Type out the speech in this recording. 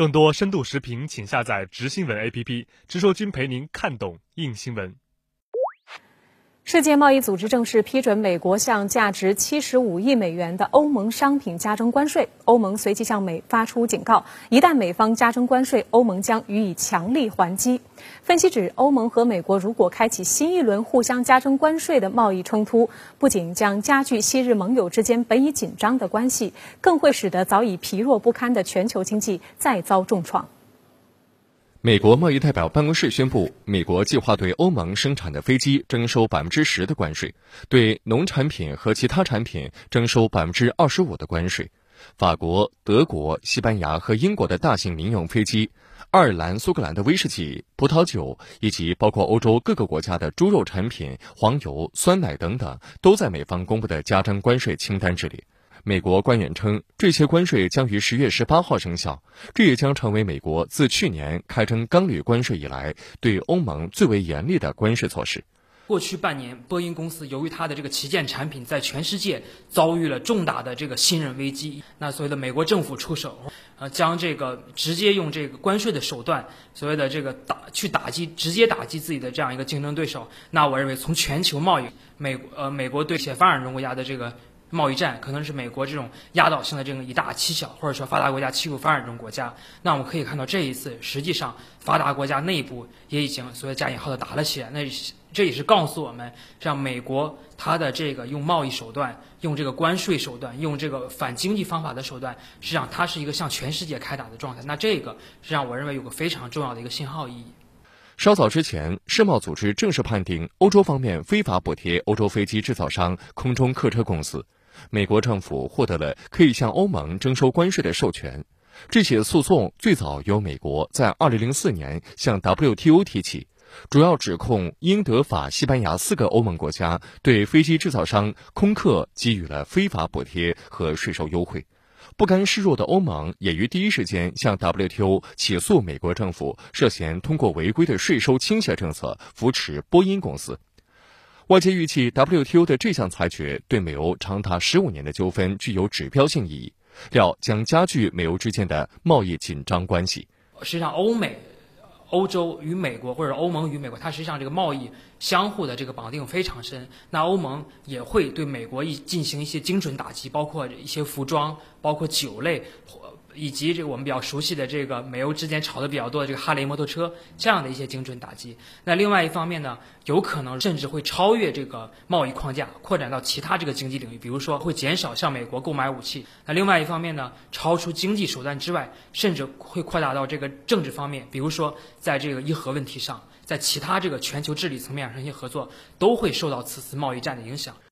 更多深度视频，请下载直新闻 APP， 直说君陪您看懂硬新闻。 世界贸易组织正式批准美国向价值75亿美元的欧盟商品加征关税。欧盟随即向美发出警告，一旦美方加征关税，欧盟将予以强力还击。分析指，欧盟和美国如果开启新一轮互相加征关税的贸易冲突，不仅将加剧昔日盟友之间本已紧张的关系，更会使得早已疲弱不堪的全球经济再遭重创。 美国贸易代表办公室宣布，美国计划对欧盟生产的飞机征收10%的关税，对农产品和其他产品征收25%的关税。法国、德国、西班牙和英国的大型民用飞机、爱尔兰、苏格兰的威士忌、葡萄酒，以及包括欧洲各个国家的猪肉产品、黄油、酸奶等等，都在美方公布的加征关税清单之列。美国官员称，这些关税将于10月18号生效，这也将成为美国自去年开征钢铝关税以来对欧盟最为严厉的关税措施。 过去半年，波音公司由于它的这个旗舰产品在全世界遭遇了重大的这个信任危机，那所谓的美国政府出手，将这个直接用这个关税的手段，所谓的这个直接打击自己的这样一个竞争对手。那我认为，从全球贸易，美国对发展中国家的这个贸易战可能是美国这种压倒性的这种以大欺小，或者说发达国家欺负发展中国家。那我们可以看到，这一次实际上发达国家内部也已经所谓加引号的打了起来。那这也是告诉我们，让美国它的这个用贸易手段、用这个关税手段、用这个反经济方法的手段，实际上它是一个向全世界开打的状态。那这个实际上我认为有个非常重要的一个信号意义。 稍早之前，世贸组织正式判定欧洲方面非法补贴欧洲飞机制造商空中客车公司。美国政府获得了可以向欧盟征收关税的授权。这起诉讼最早由美国在2004年向 WTO 提起，主要指控英、德、法、西班牙4个欧盟国家对飞机制造商空客给予了非法补贴和税收优惠。不甘示弱的欧盟也于第一时间向 WTO 起诉美国政府涉嫌通过违规的税收倾斜政策扶持波音公司。外界预计 WTO 的这项裁决对美欧长达15年的纠纷具有指标性意义，料将加剧美欧之间的贸易紧张关系。 实际上，欧洲与美国或者欧盟与美国，它实际上这个贸易相互的这个绑定非常深。那欧盟也会对美国进行一些精准打击，包括一些服装，包括酒类，以及这个我们比较熟悉的这个美欧之间炒得比较多的这个哈雷摩托车这样的一些精准打击。那另外一方面呢，有可能甚至会超越这个贸易框架，扩展到其他这个经济领域，比如说会减少向美国购买武器。那另外一方面呢，超出经济手段之外，甚至会扩大到这个政治方面，比如说在这个伊核问题上，在其他这个全球治理层面上一些合作都会受到此次贸易战的影响。